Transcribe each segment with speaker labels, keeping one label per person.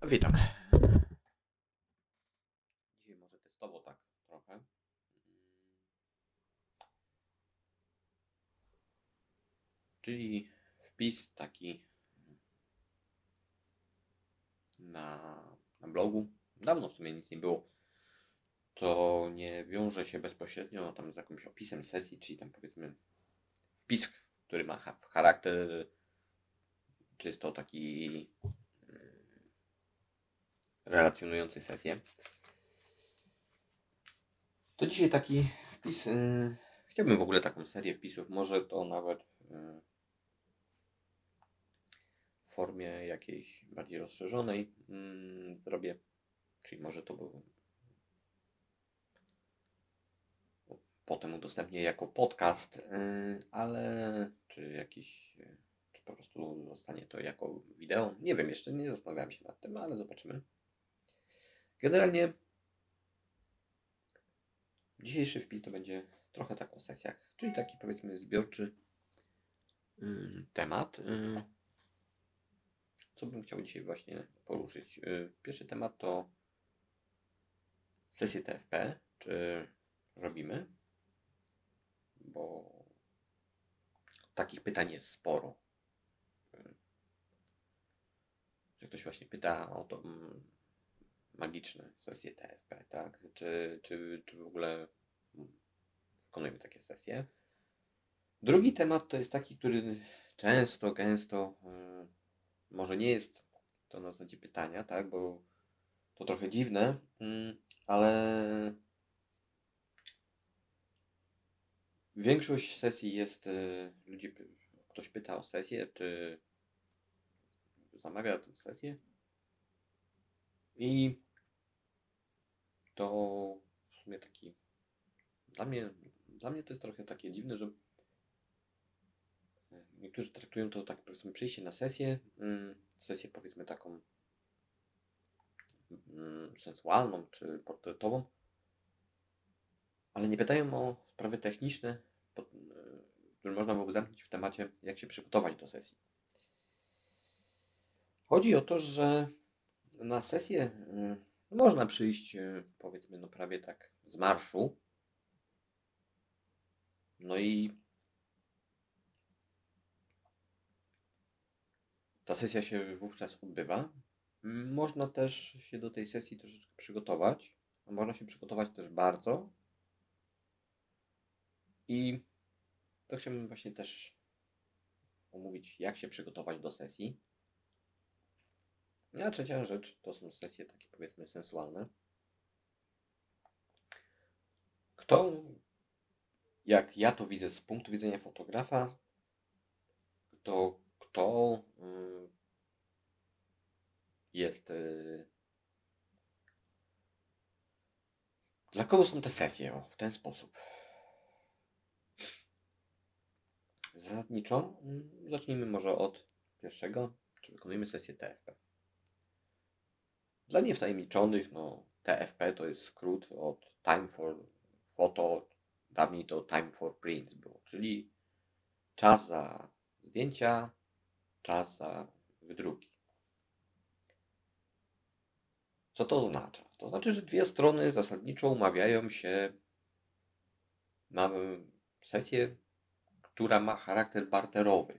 Speaker 1: Witam. Dzisiaj może testowo tak trochę. Czyli wpis taki na blogu. Dawno w sumie nic nie było. To nie wiąże się bezpośrednio tam z jakimś opisem sesji, czyli tam powiedzmy wpis, który ma charakter czysto taki relacjonujący sesję. To dzisiaj taki wpis. Chciałbym w ogóle taką serię wpisów. Może to nawet w formie jakiejś bardziej rozszerzonej zrobię. Czyli może to potem udostępnię jako podcast, ale czy po prostu zostanie to jako wideo. Nie wiem, jeszcze nie zastanawiałem się nad tym, ale zobaczymy. Generalnie dzisiejszy wpis to będzie trochę tak o sesjach, czyli taki powiedzmy zbiorczy temat. Co bym chciał dzisiaj właśnie poruszyć? Pierwszy temat to sesję TFP, czy robimy, bo takich pytań jest sporo. Że ktoś właśnie pyta o to magiczne sesje TFP, tak? Czy w ogóle wykonujemy takie sesje? Drugi temat to jest taki, który często, gęsto, może nie jest to na zasadzie pytania, tak? Bo to trochę dziwne, ale większość sesji jest, ktoś pyta o sesję, czy zamawia tę sesję i to w sumie taki dla mnie to jest trochę takie dziwne, że niektórzy traktują to tak, powiedzmy, przyjście na sesję powiedzmy taką sensualną czy portretową, ale nie pytają o sprawy techniczne, które można byłoby zamknąć w temacie, jak się przygotować do sesji. Chodzi o to, że na sesję można przyjść, powiedzmy, no prawie tak z marszu. No i ta sesja się wówczas odbywa. Można też się do tej sesji troszeczkę przygotować. Można się przygotować też bardzo. I to chciałbym właśnie też omówić, jak się przygotować do sesji. A trzecia rzecz to są sesje takie, powiedzmy, sensualne. Jak ja to widzę z punktu widzenia fotografa, to kto jest... Dla kogo są te sesje? W ten sposób. Zasadniczo zacznijmy może od pierwszego, czy wykonujemy sesję TFP. Dla niewtajemniczonych, no TFP to jest skrót od Time for Photo, dawniej to Time for Prints było, czyli czas za zdjęcia, czas za wydruki. Co to oznacza? To znaczy, że dwie strony zasadniczo umawiają się na sesję, która ma charakter barterowy.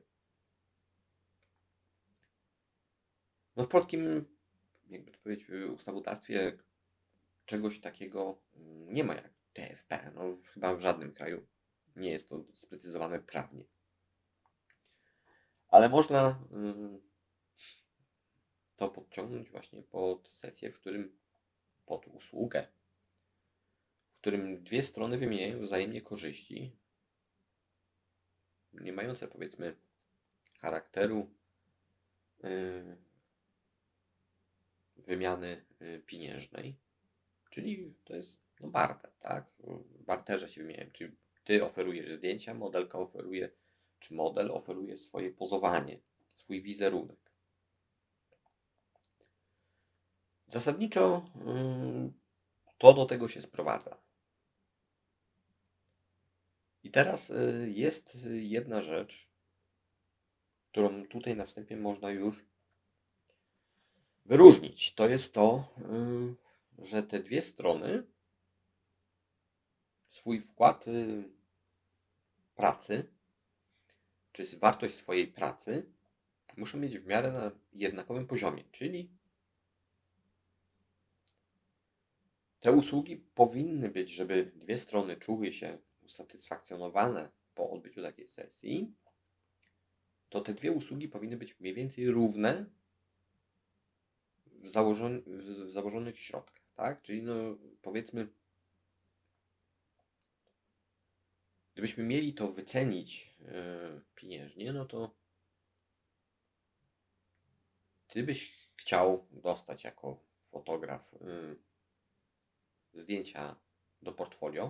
Speaker 1: No w polskim, jakby to powiedzieć, ustawodawstwie czegoś takiego nie ma jak TFP. No chyba w żadnym kraju nie jest to sprecyzowane prawnie. Ale można to podciągnąć właśnie pod sesję, pod usługę, w którym dwie strony wymieniają wzajemnie korzyści, nie mające, powiedzmy, charakteru wymiany pieniężnej, czyli to jest barter, tak? W barterze się wymieniają, czyli ty oferujesz zdjęcia, modelka oferuje, czy model oferuje swoje pozowanie, swój wizerunek. Zasadniczo to do tego się sprowadza. I teraz jest jedna rzecz, którą tutaj na wstępie można już wyróżnić, to jest to, że te dwie strony swój wkład pracy, czy wartość swojej pracy muszą mieć w miarę na jednakowym poziomie, czyli te usługi powinny być, żeby dwie strony czuły się usatysfakcjonowane po odbyciu takiej sesji, to te dwie usługi powinny być mniej więcej równe w założonych środkach, tak? Czyli no powiedzmy, gdybyśmy mieli to wycenić pieniężnie, no to ty byś chciał dostać jako fotograf zdjęcia do portfolio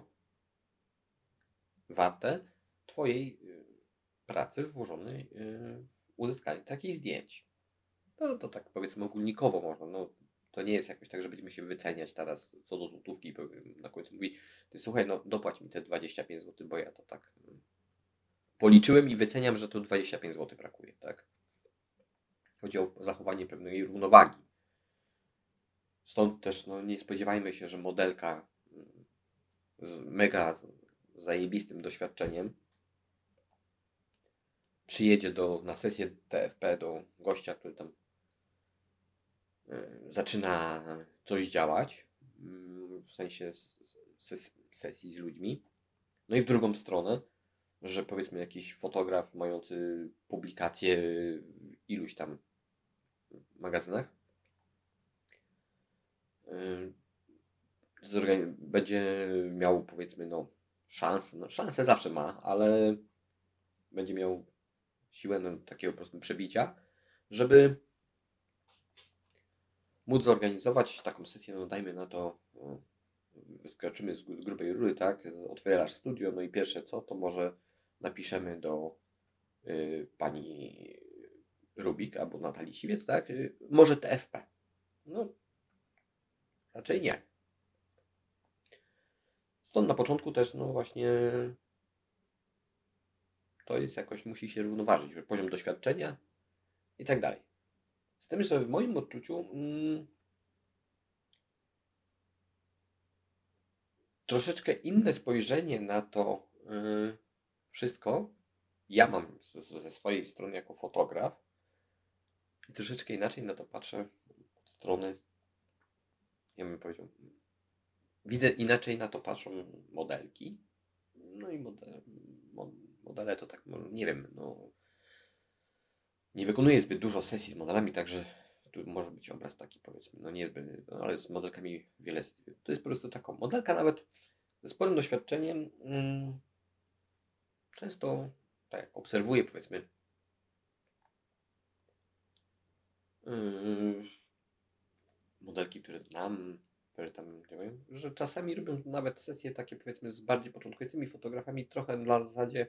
Speaker 1: warte twojej pracy włożonej w uzyskanie takich zdjęć. No to tak powiedzmy ogólnikowo można, no to nie jest jakoś tak, że będziemy się wyceniać teraz co do złotówki i na końcu mówi, ty słuchaj, no dopłać mi te 25 zł, bo ja to tak policzyłem i wyceniam, że to 25 zł brakuje, tak? Chodzi o zachowanie pewnej równowagi. Stąd też no, nie spodziewajmy się, że modelka z mega zajebistym doświadczeniem przyjedzie na sesję TFP do gościa, który tam zaczyna coś działać, w sensie sesji z ludźmi. No i w drugą stronę, że powiedzmy jakiś fotograf mający publikację w iluś tam magazynach będzie miał powiedzmy no szansę, no szansę zawsze ma, ale będzie miał siłę no, takiego po prostu przebicia, żeby móc zorganizować taką sesję, no dajmy na to, wyskoczymy z grubej rury, tak, otwierasz studio, no i pierwsze co, to może napiszemy do pani Rubik albo Natalii Siwiec, tak, może TFP. No, raczej nie. Stąd na początku też, no właśnie, to jest jakoś, musi się równoważyć, poziom doświadczenia i tak dalej. Z tym, że w moim odczuciu troszeczkę inne spojrzenie na to wszystko ja mam ze swojej strony jako fotograf i troszeczkę inaczej na to patrzę od strony, ja bym powiedział, widzę inaczej na to patrzą modelki. No i modele to tak, nie wiem, no nie wykonuję zbyt dużo sesji z modelami, także tu może być obraz taki powiedzmy, no niezbyt, no, ale z modelkami wiele, to jest po prostu taką modelka nawet ze sporym doświadczeniem, często tak jak obserwuję powiedzmy modelki, które znam, które tam działają, że czasami robią nawet sesje takie powiedzmy z bardziej początkującymi fotografami trochę na zasadzie,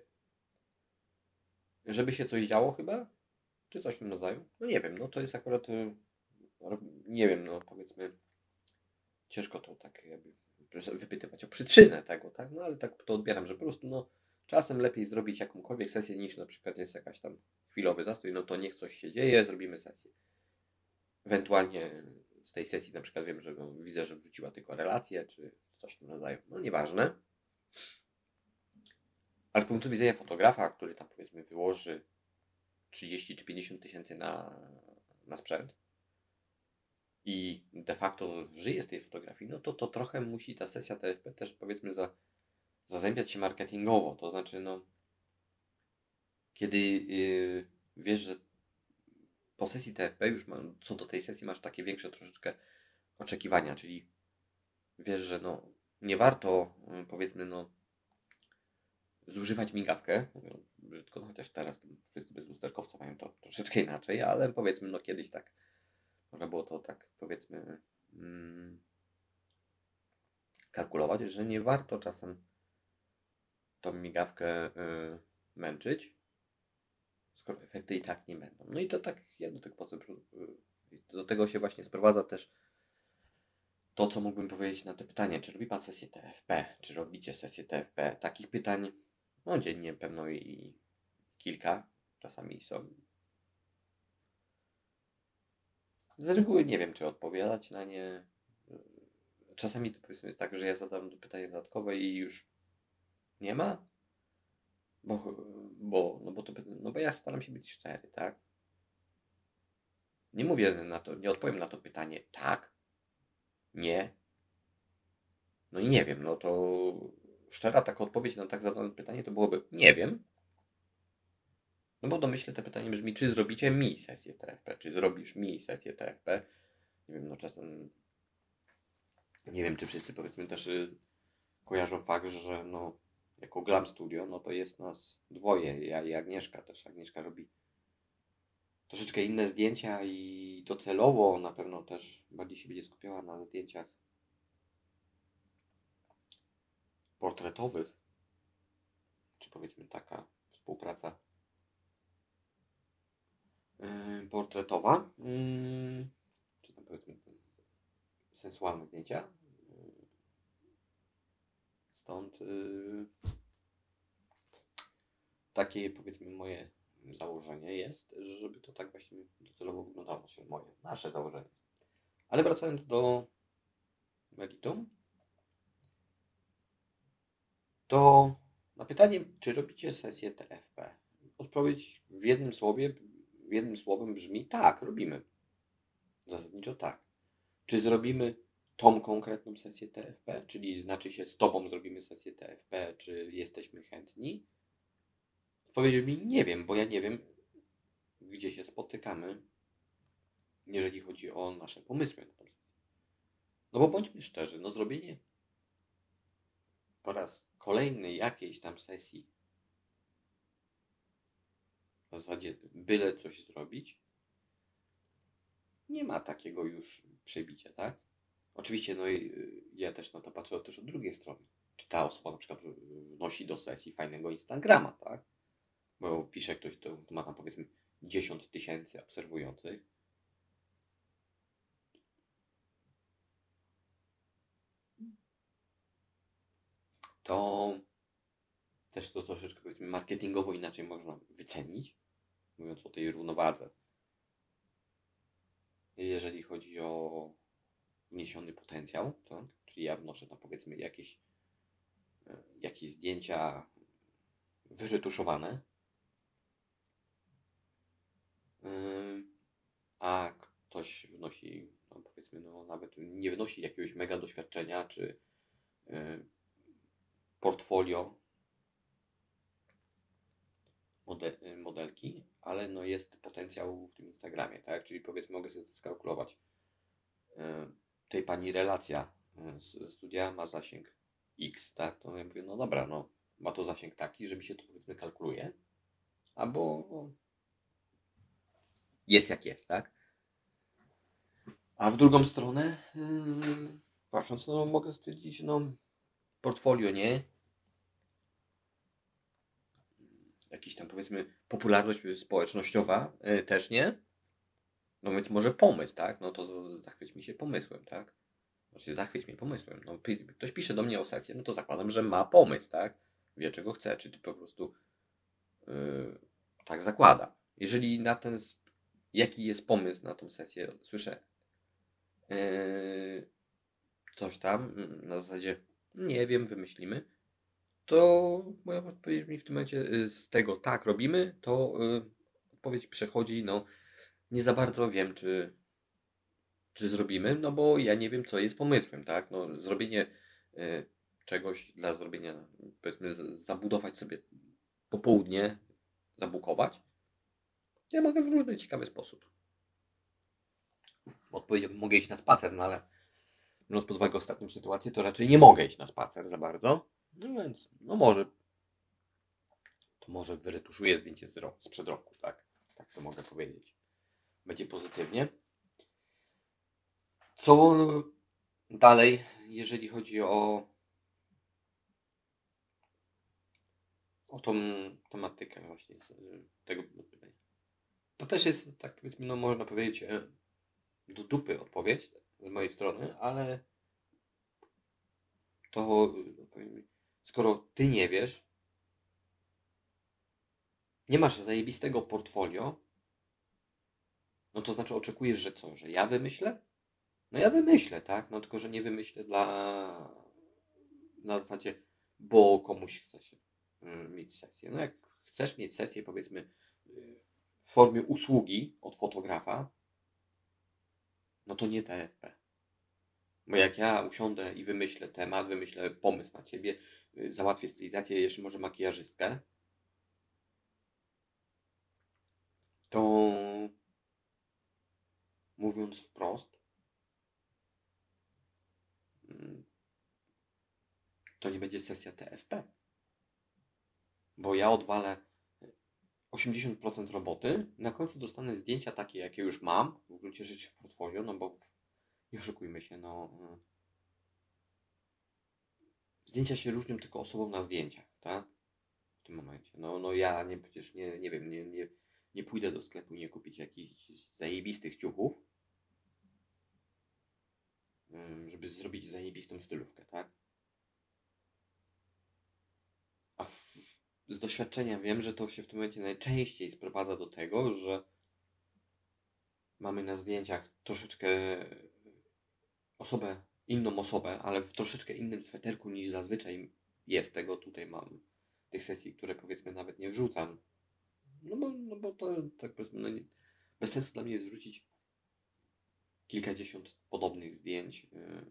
Speaker 1: żeby się coś działo chyba, czy coś w tym rodzaju. No nie wiem, no to jest akurat, nie wiem, no powiedzmy, ciężko to tak jakby wypytywać o przyczynę tego, tak, no ale tak to odbieram, że po prostu no czasem lepiej zrobić jakąkolwiek sesję niż na przykład jest jakaś tam chwilowy zastój, no to niech coś się dzieje, zrobimy sesję. Ewentualnie z tej sesji na przykład wiem, że no, widzę, że wrzuciła tylko relację, czy coś w tym rodzaju. No nieważne. Ale z punktu widzenia fotografa, który tam powiedzmy wyłoży 30 czy 50 tysięcy na sprzęt i de facto żyje z tej fotografii, no to trochę musi ta sesja TFP też powiedzmy zazębiać się marketingowo. To znaczy, no kiedy wiesz, że po sesji TFP już co do tej sesji masz takie większe troszeczkę oczekiwania, czyli wiesz, że no nie warto powiedzmy no zużywać migawkę, brzydko, no chociaż teraz wszyscy bez lusterkowca mają to troszeczkę inaczej, ale powiedzmy no kiedyś tak można było to tak powiedzmy kalkulować, że nie warto czasem tą migawkę męczyć, skoro efekty i tak nie będą. No i to tak ja do tego się właśnie sprowadza też to, co mógłbym powiedzieć na te pytanie, czy robi Pan sesję TFP, czy robicie sesję TFP? Takich pytań, no dziennie pewno i kilka, czasami są Z reguły nie wiem, czy odpowiadać na nie. Czasami to powiedzmy jest tak, że ja zadam pytanie dodatkowe i już nie ma, bo ja staram się być szczery, tak? Nie mówię na to, nie odpowiem na to pytanie tak, nie, no i nie wiem, no to szczera taka odpowiedź na tak zadane pytanie to byłoby nie wiem, no bo domyślę te pytanie brzmi, czy zrobicie mi sesję TFP, czy zrobisz mi sesję TFP, nie wiem, no czasem, nie wiem, czy wszyscy powiedzmy też kojarzą fakt, że no jako Glam Studio, no to jest nas dwoje, ja i Agnieszka też. Agnieszka robi troszeczkę inne zdjęcia i docelowo na pewno też bardziej się będzie skupiała na zdjęciach portretowych, czy powiedzmy taka współpraca portretowa, czy tam powiedzmy sensualne zdjęcia. Stąd takie powiedzmy moje założenie jest, żeby to tak właśnie docelowo wyglądało, znaczy nasze założenie. Ale wracając do meritum, to na pytanie, czy robicie sesję TFP? Odpowiedź w jednym słowem brzmi tak, robimy. Zasadniczo tak. Czy zrobimy tą konkretną sesję TFP, czyli znaczy się z Tobą zrobimy sesję TFP, czy jesteśmy chętni? Odpowiedź brzmi nie wiem, bo ja nie wiem, gdzie się spotykamy, jeżeli chodzi o nasze pomysły na tę sesję. No bo bądźmy szczerzy, no zrobienie po raz kolejny jakiejś tam sesji w zasadzie byle coś zrobić, nie ma takiego już przebicia, tak? Oczywiście, no i ja też na to patrzę też od drugiej strony. Czy ta osoba na przykład wnosi do sesji fajnego Instagrama, tak? Bo pisze ktoś, to ma tam powiedzmy 10 000 obserwujących. To też to troszeczkę powiedzmy marketingowo inaczej można wycenić, mówiąc o tej równowadze. Jeżeli chodzi o wniesiony potencjał, to, czyli ja wnoszę tam powiedzmy jakieś zdjęcia wyretuszowane, a ktoś wnosi, no powiedzmy, no nawet nie wnosi jakiegoś mega doświadczenia czy portfolio modelki, ale no jest potencjał w tym Instagramie, tak? Czyli powiedzmy, mogę sobie to skalkulować. Tej pani relacja z studia ma zasięg X, tak? To ja mówię, no dobra, no ma to zasięg taki, że mi się to powiedzmy kalkuluje, albo jest jak jest, tak? A w drugą stronę, patrząc, no mogę stwierdzić, no portfolio nie, jakiś tam powiedzmy popularność społecznościowa też nie, no więc może pomysł, tak? No to zachwyć mi się pomysłem, tak? Znaczy zachwyć mnie pomysłem. No, ktoś pisze do mnie o sesję, no to zakładam, że ma pomysł, tak? Wie czego chce, czy ty po prostu tak zakładam. Jeżeli jaki jest pomysł na tą sesję, słyszę coś tam na zasadzie nie wiem, wymyślimy, to moja odpowiedź mi w tym momencie z tego tak robimy, to odpowiedź przechodzi, no nie za bardzo wiem, czy zrobimy, no bo ja nie wiem, co jest pomysłem, tak? No, zrobienie czegoś dla zrobienia, powiedzmy, zabudować sobie popołudnie, zabukować, ja mogę w różny ciekawy sposób. Odpowiedziałbym, mogę iść na spacer, no ale biorąc pod uwagę ostatnią sytuację, to raczej nie mogę iść na spacer za bardzo. No więc, no może wyretuszuję zdjęcie sprzed roku, tak? Tak sobie mogę powiedzieć. Będzie pozytywnie. Co dalej, jeżeli chodzi o tą tematykę właśnie z tego pytania? To też jest, tak powiedzmy, no można powiedzieć, do dupy odpowiedź z mojej strony, ale to skoro ty nie wiesz, nie masz zajebistego portfolio, no to znaczy oczekujesz, że co? Że ja wymyślę? No ja wymyślę, tak? No tylko, że nie wymyślę na zasadzie, bo komuś chce się mieć sesję. No jak chcesz mieć sesję, powiedzmy, w formie usługi od fotografa, no to nie TFP. Bo jak ja usiądę i wymyślę temat, wymyślę pomysł na ciebie, załatwię stylizację, jeszcze może makijażystkę, to mówiąc wprost, to nie będzie sesja TFP. Bo ja odwalę 80% roboty, na końcu dostanę zdjęcia takie, jakie już mam, w gruncie rzeczy w portfolio, no bo nie oszukujmy się, no zdjęcia się różnią tylko osobą na zdjęciach, tak? W tym momencie. No ja przecież nie wiem, nie pójdę do sklepu i nie kupić jakichś zajebistych ciuchów, żeby zrobić zajebistą stylówkę, tak? A z doświadczenia wiem, że to się w tym momencie najczęściej sprowadza do tego, że mamy na zdjęciach troszeczkę inną osobę, ale w troszeczkę innym sweterku niż zazwyczaj jest. Tego tutaj mam tych sesji, które powiedzmy nawet nie wrzucam. No bo to tak powiedzmy, no bez sensu dla mnie jest wrzucić kilkadziesiąt podobnych zdjęć,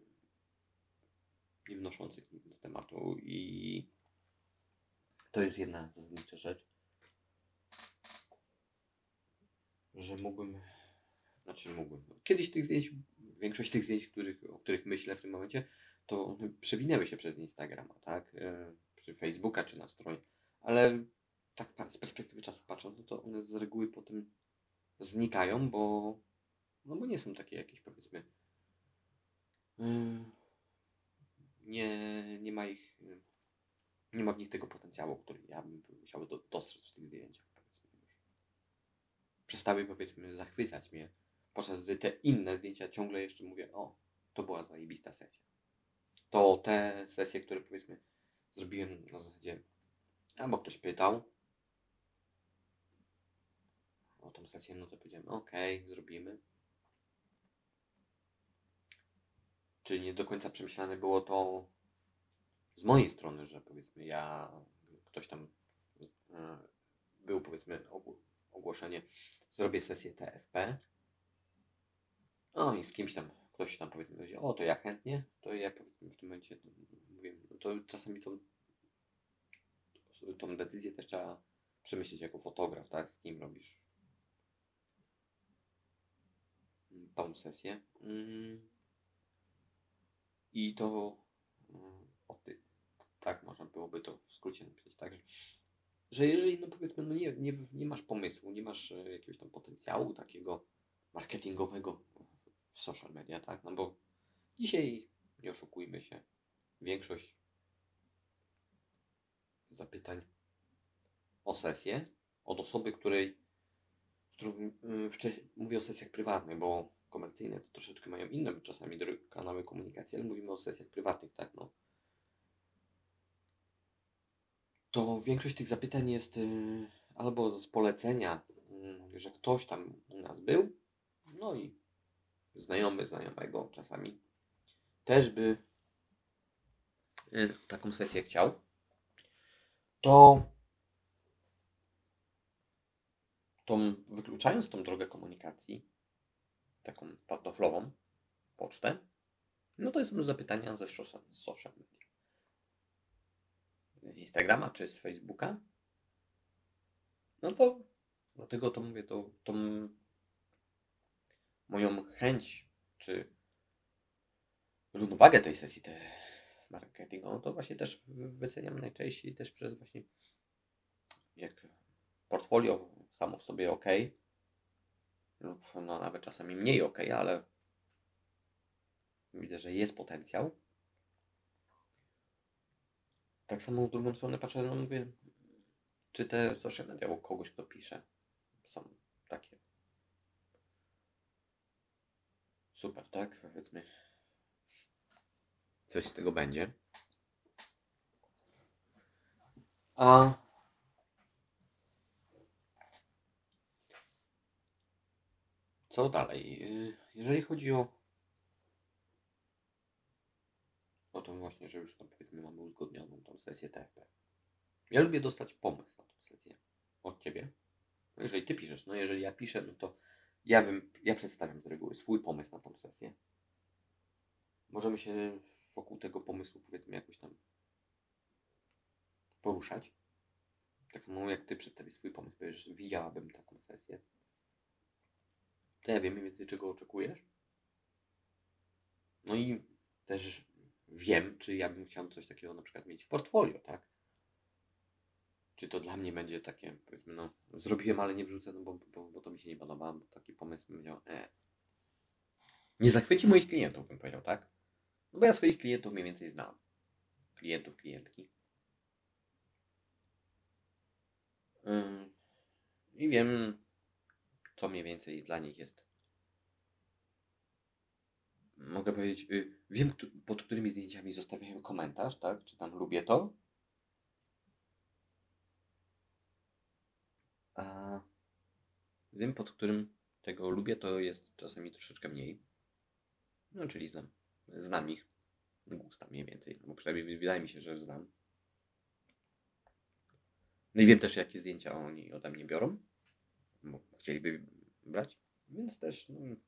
Speaker 1: nie wnoszących nic do tematu, i to jest jedna zasadnicza rzecz, że kiedyś tych zdjęć, większość tych zdjęć, o których myślę w tym momencie, to one przewinęły się przez Instagrama, tak? Czy Facebooka, czy na stronie, ale tak z perspektywy czasu patrząc, no to one z reguły potem znikają, bo nie są takie jakieś, powiedzmy, nie ma ich, nie ma w nich tego potencjału, który ja bym chciał dostrzec w tych zdjęciach, powiedzmy już. Przestały, powiedzmy, zachwycać mnie, podczas gdy te inne zdjęcia ciągle jeszcze mówię, o, to była zajebista sesja. To te sesje, które, powiedzmy, zrobiłem na zasadzie, albo ktoś pytał o tą sesję, no to powiedziałem, okej, zrobimy. Czy nie do końca przemyślane było to z mojej strony, że powiedzmy ktoś tam był, powiedzmy, ogłoszenie, zrobię sesję TFP, no i z kimś tam, ktoś tam, powiedzmy, powiedział, o, to ja chętnie, to ja, powiedzmy, w tym momencie mówię, no to czasami tą decyzję też trzeba przemyśleć jako fotograf, tak, z kim robisz tą sesję. I to tak można byłoby to w skrócie napisać, tak, że jeżeli, no powiedzmy, no nie masz pomysłu, nie masz jakiegoś tam potencjału takiego marketingowego w social media, tak, no bo dzisiaj, nie oszukujmy się, większość zapytań o sesję od osoby, mówię o sesjach prywatnych, bo komercyjne to troszeczkę mają inne czasami kanały komunikacji, ale mówimy o sesjach prywatnych, tak, no. To większość tych zapytań jest albo z polecenia, że ktoś tam u nas był, no i znajomy znajomego czasami też by taką sesję chciał, to wykluczając tą drogę komunikacji, taką pantoflową, pocztę, no to są zapytania ze social media. Z Instagrama czy z Facebooka, no to dlatego to mówię, tą moją chęć, czy równowagę tej sesji marketingową, to właśnie też wyceniam najczęściej też przez właśnie, jak portfolio samo w sobie ok, lub no nawet czasami mniej ok, ale widzę, że jest potencjał. Tak samo w drugą stronę patrzę, no mówię, czy te social media u kogoś, kto pisze, są takie super, tak? Powiedzmy, coś z tego będzie. A Co dalej? Jeżeli chodzi o to właśnie, że już tam powiedzmy mamy uzgodnioną tą sesję TFP. Ja lubię dostać pomysł na tą sesję od Ciebie. No jeżeli Ty piszesz, no jeżeli ja piszę, no to ja przedstawiam z reguły swój pomysł na tą sesję. Możemy się wokół tego pomysłu powiedzmy jakoś tam poruszać. Tak samo jak Ty przedstawisz swój pomysł, powiesz, że widziałabym taką sesję. To ja wiem mniej więcej czego oczekujesz. No i też wiem, czy ja bym chciał coś takiego na przykład mieć w portfolio, tak? Czy to dla mnie będzie takie, powiedzmy, no zrobiłem, ale nie wrzucę, no bo to mi się nie podoba, bo taki pomysł bym miał, nie zachwyci moich klientów, bym powiedział, tak? No bo ja swoich klientów mniej więcej znam. Klientów, klientki. I wiem, co mniej więcej dla nich jest. Mogę powiedzieć, wiem, pod którymi zdjęciami zostawiają komentarz, tak? Czy tam lubię to. A wiem, pod którym tego lubię, to jest czasami troszeczkę mniej. No, czyli znam ich gusta mniej więcej, bo przynajmniej wydaje mi się, że znam. No i wiem też, jakie zdjęcia oni ode mnie biorą, bo chcieliby brać, więc też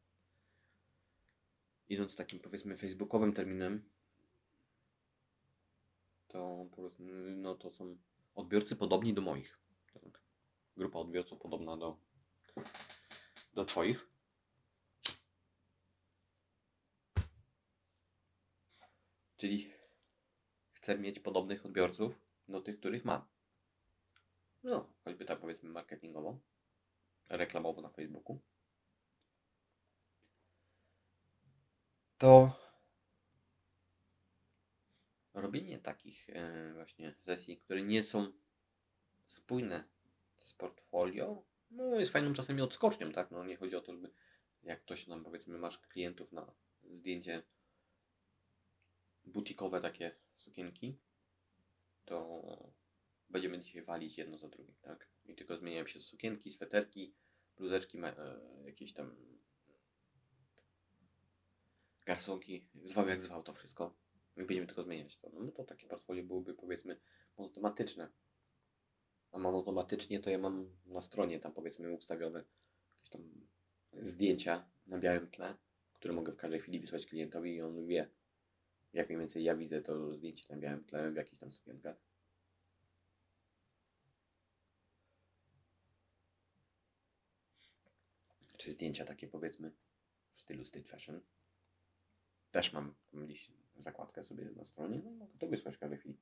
Speaker 1: idąc takim powiedzmy facebookowym terminem, to powiedzmy, no to są odbiorcy podobni do moich. Tak? Grupa odbiorców podobna do Twoich. Czyli chcę mieć podobnych odbiorców do tych, których mam. No, choćby tak powiedzmy marketingowo, reklamowo na Facebooku. To robienie takich właśnie sesji, które nie są spójne z portfolio, no jest fajną czasami odskocznią, tak? No nie chodzi o to, żeby jak ktoś nam powiedzmy masz klientów na zdjęcie butikowe takie sukienki, to będziemy dzisiaj walić jedno za drugim, tak? I tylko zmieniają się sukienki, sweterki, bluzeczki, jakieś tam garsonki, zwał jak zwał to wszystko. I będziemy tylko zmieniać to. No to takie portfolio byłoby powiedzmy monotematyczne. A monotematycznie to ja mam na stronie tam powiedzmy ustawione jakieś tam zdjęcia na białym tle, które mogę w każdej chwili wysłać klientowi i on wie, jak mniej więcej ja widzę to zdjęcie na białym tle w jakichś tam sukienkach. Czy zdjęcia takie powiedzmy w stylu street fashion. Też mam gdzieś zakładkę sobie na stronie, no mogę to wysłać w każdej chwili.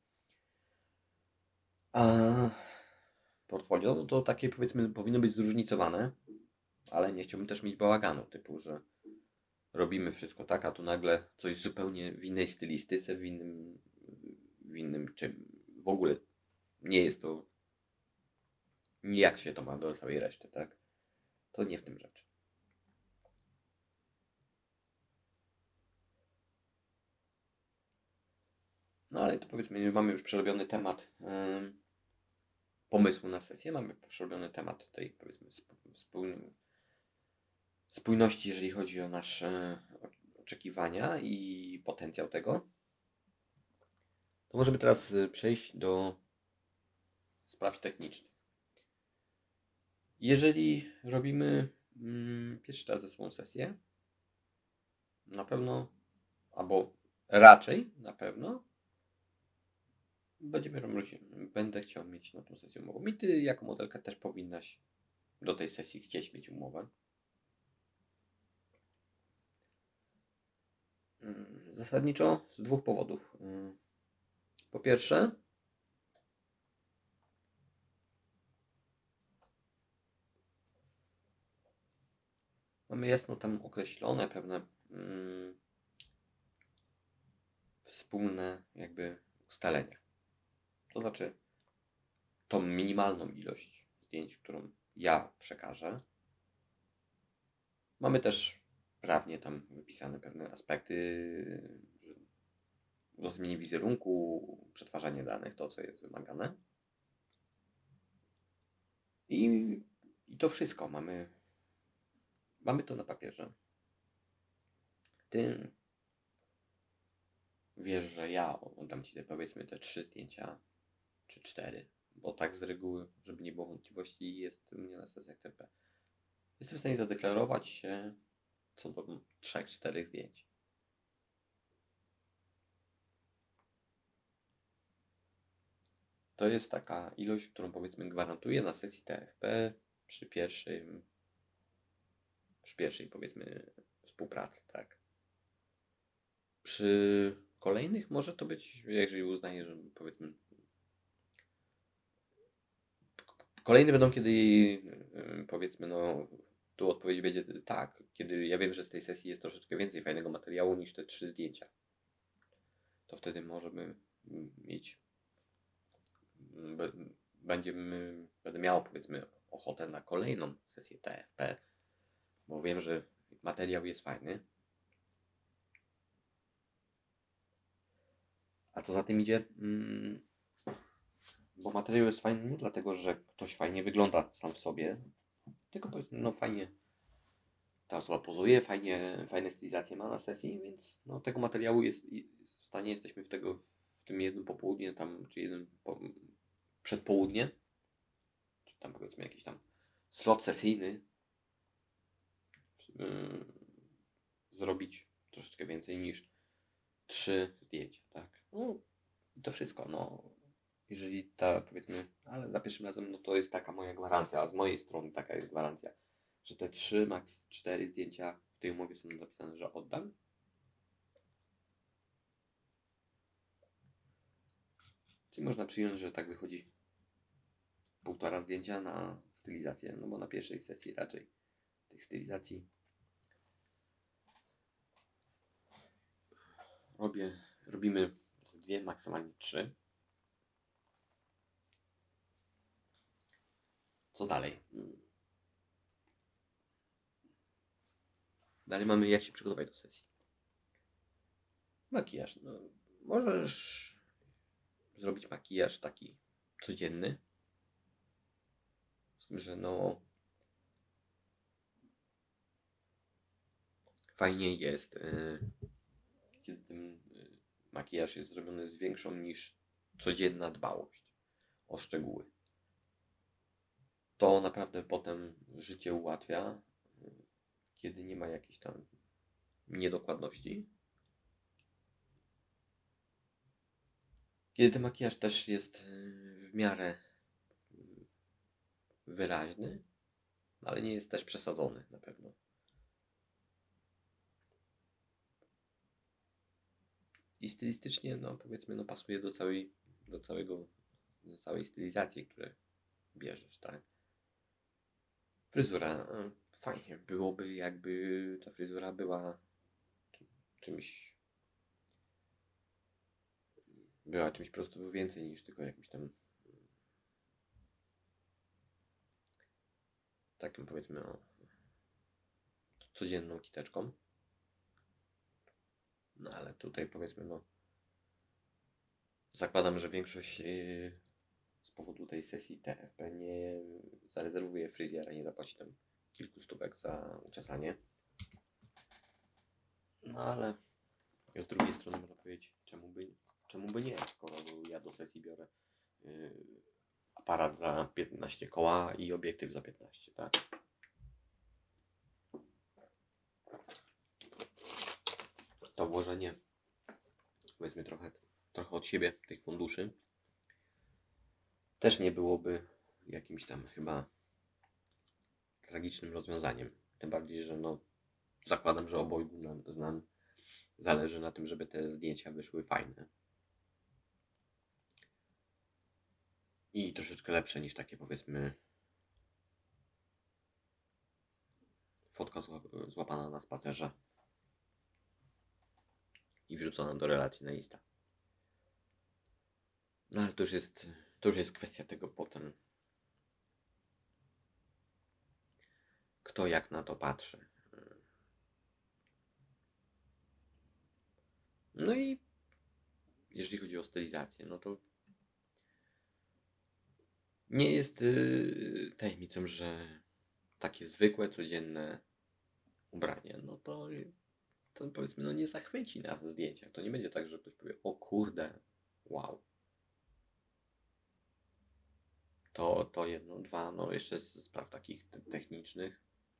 Speaker 1: A portfolio to takie powiedzmy powinno być zróżnicowane, ale nie chciałbym też mieć bałaganu, typu, że robimy wszystko tak, a tu nagle coś zupełnie w innej stylistyce, w innym czym. W ogóle nie jest to nijak się to ma do całej reszty, tak? To nie w tym rzecz. No ale to powiedzmy, mamy już przerobiony temat pomysłu na sesję, mamy przerobiony temat tej powiedzmy spójności, jeżeli chodzi o nasze oczekiwania i potencjał tego. To możemy teraz przejść do spraw technicznych. Jeżeli robimy pierwszy raz ze sobą sesję, na pewno, albo raczej na pewno, będę chciał mieć na tą sesję umowę. I Ty jako modelka też powinnaś do tej sesji chcieć mieć umowę. Zasadniczo z dwóch powodów. Po pierwsze, mamy jasno tam określone pewne wspólne jakby ustalenia. To znaczy tą minimalną ilość zdjęć, którą ja przekażę. Mamy też prawnie tam wypisane pewne aspekty, udostępnienie wizerunku, przetwarzanie danych, to co jest wymagane. I to wszystko mamy mamy to na papierze. Ty wiesz, że ja oddam Ci powiedzmy te 3 zdjęcia, czy 4, bo tak z reguły, żeby nie było wątpliwości, jest u mnie na sesjach TP. Jestem w stanie zadeklarować się co do 3-4 zdjęć. To jest taka ilość, którą powiedzmy gwarantuję na sesji TFP przy pierwszej powiedzmy współpracy, tak. Przy kolejnych może to być, jeżeli uznaję, że powiedzmy kolejne będą, kiedy powiedzmy tu odpowiedź będzie tak, kiedy ja wiem, że z tej sesji jest troszeczkę więcej fajnego materiału niż te 3 zdjęcia. To wtedy możemy mieć będę miał powiedzmy ochotę na kolejną sesję TFP, bo wiem, że materiał jest fajny. A co za tym idzie, bo materiał jest fajny nie dlatego, że ktoś fajnie wygląda sam w sobie, tylko powiedzmy, fajnie ta osoba pozuje, fajne stylizacje ma na sesji, więc tego materiału jest w stanie, jesteśmy w tym jednym popołudnie, tam, czy jednym przedpołudnie, czy tam powiedzmy jakiś tam slot sesyjny, zrobić troszeczkę więcej niż 3 zdjęcia, tak? I to wszystko, jeżeli powiedzmy, ale za pierwszym razem, to jest taka moja gwarancja, a z mojej strony taka jest gwarancja, że te 3, max 4 zdjęcia w tej umowie są napisane, że oddam. Czyli można przyjąć, że tak wychodzi 1,5 zdjęcia na stylizację, bo na pierwszej sesji raczej tych stylizacji robimy z 2, maksymalnie 3. Co dalej? Dalej mamy, jak się przygotować do sesji. Makijaż. Możesz zrobić makijaż taki codzienny. Z tym, że fajnie jest, kiedy ten makijaż jest zrobiony z większą niż codzienna dbałość o szczegóły. To naprawdę potem życie ułatwia, kiedy nie ma jakichś tam niedokładności. Kiedy ten makijaż też jest w miarę wyraźny, ale nie jest też przesadzony na pewno. I stylistycznie, powiedzmy, pasuje do całej stylizacji, które bierzesz, tak? Fryzura. Fajnie byłoby, jakby ta fryzura była czymś po prostu więcej niż tylko jakimś tam takim, powiedzmy, codzienną kiteczką. Ale tutaj powiedzmy, zakładam, że większość z powodu tej sesji TFP nie zarezerwuje fryzjera, nie zapłaci tam kilku stówek za uczesanie. Ale z drugiej strony można powiedzieć, czemu by nie, skoro ja do sesji biorę aparat za 15 koła i obiektyw za 15, tak? To włożenie, powiedzmy, trochę od siebie tych funduszy też nie byłoby jakimś tam chyba tragicznym rozwiązaniem. Tym bardziej, że zakładam, że obojgu nam zależy na tym, żeby te zdjęcia wyszły fajne. I troszeczkę lepsze niż takie, powiedzmy, fotka złapana na spacerze i wrzucona do relacji na Insta. Ale to już jest kwestia tego potem, kto jak na to patrzy. I jeżeli chodzi o stylizację, to nie jest tajemnicą, że takie zwykłe, codzienne ubranie, no to powiedzmy, no nie zachwyci nas zdjęcia. To nie będzie tak, że ktoś powie, o kurde, wow. To jedno, dwa, no jeszcze z spraw takich technicznych.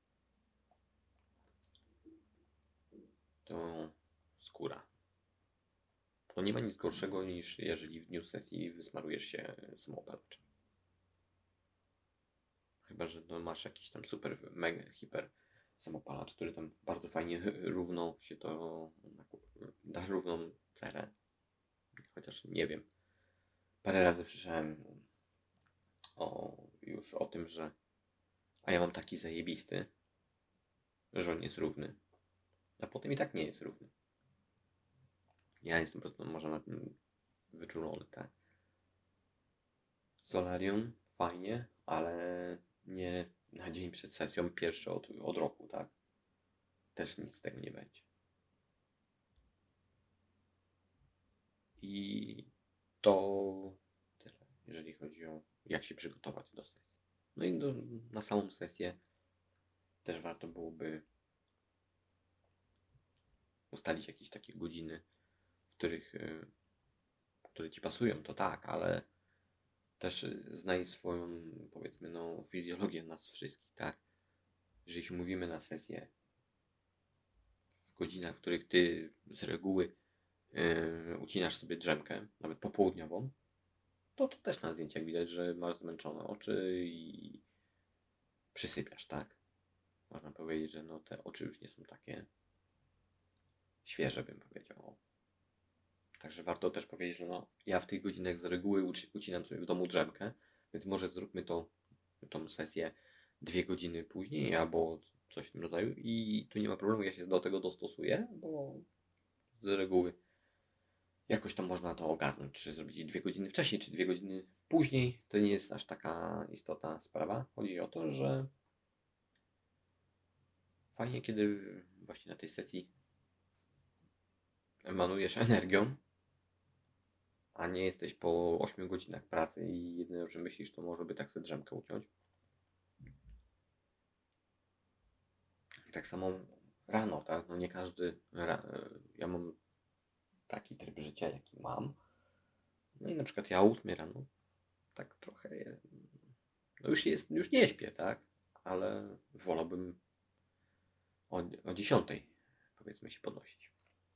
Speaker 1: To skóra. To nie ma nic gorszego niż jeżeli w dniu sesji wysmarujesz się samoopalaczem. Chyba że no masz jakiś tam super, mega, hiper samopalacz, który tam bardzo fajnie równo się to da równą cerę. Chociaż nie wiem. Parę razy słyszałem już o tym, że a ja mam taki zajebisty, że on jest równy. A potem i tak nie jest równy. Ja jestem po prostu może na tym wyczulony, tak. Solarium fajnie, ale nie na dzień przed sesją, pierwszy od roku, tak? Też nic z tego nie będzie. I to tyle, jeżeli chodzi o jak się przygotować do sesji. No i na samą sesję też warto byłoby ustalić jakieś takie godziny, które ci pasują, to tak, ale też znaj swoją, powiedzmy, no, fizjologię nas wszystkich, tak? Jeżeli się mówimy na sesję w godzinach, w których ty z reguły ucinasz sobie drzemkę, nawet popołudniową, to też na zdjęciach widać, że masz zmęczone oczy i przysypiasz, tak? Można powiedzieć, że no, te oczy już nie są takie świeże, bym powiedział. Także warto też powiedzieć, że no, ja w tych godzinach z reguły ucinam sobie w domu drzemkę, więc może zróbmy tą sesję 2 godziny później albo coś w tym rodzaju i tu nie ma problemu, ja się do tego dostosuję, bo z reguły jakoś tam można to ogarnąć, czy zrobić 2 godziny wcześniej, czy 2 godziny później, to nie jest aż taka istotna sprawa. Chodzi o to, że fajnie, kiedy właśnie na tej sesji emanujesz energią, a nie jesteś po 8 godzinach pracy i jedyne, o czym myślisz, to może by tak sobie drzemkę uciąć. I tak samo rano, tak? No nie każdy, ja mam taki tryb życia, jaki mam. No i na przykład ja o 8 rano tak trochę, no już nie śpię, tak? Ale wolałbym o 10 powiedzmy się podnosić.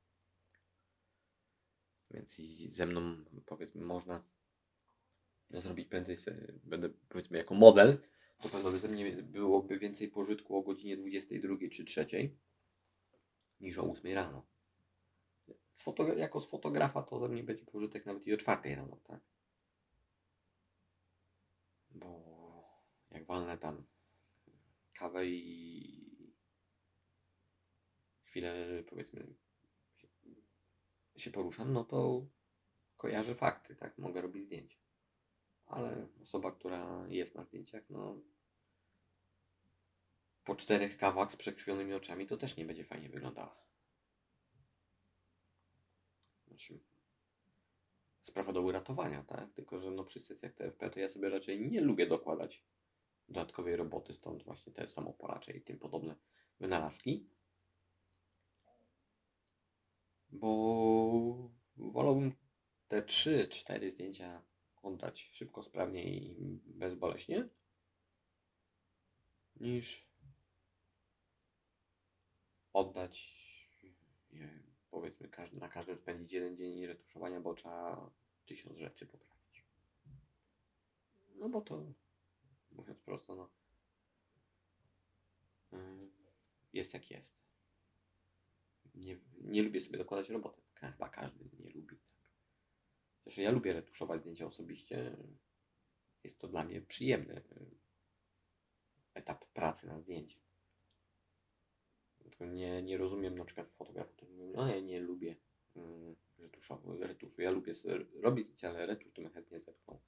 Speaker 1: Więc i ze mną powiedzmy można zrobić prędzej sobie, będę powiedzmy jako model, to pewno by ze mnie byłoby więcej pożytku o godzinie 22 czy 3 niż o 8 rano. Jako z fotografa to ze mnie będzie pożytek nawet i o 4 rano, tak? Bo jak walnę tam kawę i chwilę powiedzmy się poruszam, no to kojarzę fakty, tak? Mogę robić zdjęcia. Ale osoba, która jest na zdjęciach, no po 4 kawach z przekrwionymi oczami to też nie będzie fajnie wyglądała. Znaczy, sprawa do uratowania, tak? Tylko że no przy sesjach TFP to ja sobie raczej nie lubię dokładać dodatkowej roboty, stąd właśnie te samopalacze i tym podobne wynalazki. Bo wolałbym te 3-4 zdjęcia oddać szybko, sprawnie i bezboleśnie, niż oddać, nie wiem, powiedzmy na każdym spędzić 1 dzień retuszowania, bo trzeba 1000 rzeczy poprawić. No bo to, mówiąc prosto, no jest jak jest. Nie lubię sobie dokładać roboty. Chyba każdy nie lubi. Tak. Zresztą ja lubię retuszować zdjęcia osobiście. Jest to dla mnie przyjemny etap pracy na zdjęciu. Tylko nie rozumiem na przykład fotografów, którzy mówią, no ja nie lubię retuszu. Ja lubię robić, ale retusz to bym chętnie zepchnął.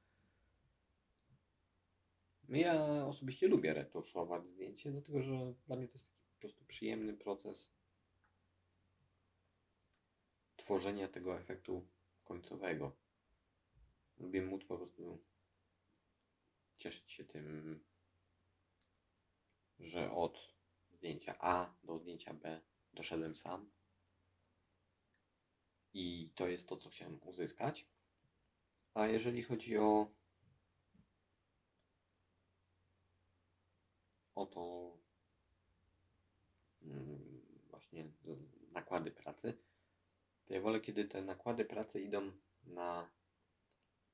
Speaker 1: Ja osobiście lubię retuszować zdjęcie, dlatego że dla mnie to jest taki po prostu przyjemny proces tworzenia tego efektu końcowego. Lubię móc po prostu cieszyć się tym, że od zdjęcia A do zdjęcia B doszedłem sam. I to jest to, co chciałem uzyskać. A jeżeli chodzi o to właśnie nakłady pracy, to ja wolę, kiedy te nakłady pracy idą na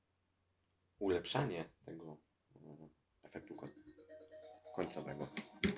Speaker 1: ulepszanie tego efektu końcowego.